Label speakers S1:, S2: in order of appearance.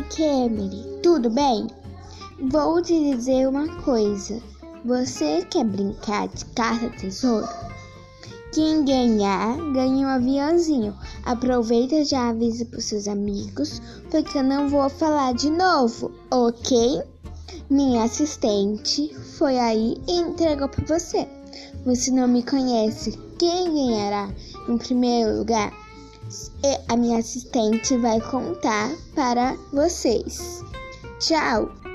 S1: Kemily, tudo bem? Vou te dizer uma coisa. Você quer brincar de caça-tesouro? Quem ganhar, ganha um aviãozinho. Aproveita e já avisa para seus amigos, porque eu não vou falar de novo, ok? Minha assistente foi aí e entregou para você. Você não me conhece. Quem ganhará em primeiro lugar? A minha assistente vai contar para vocês. Tchau!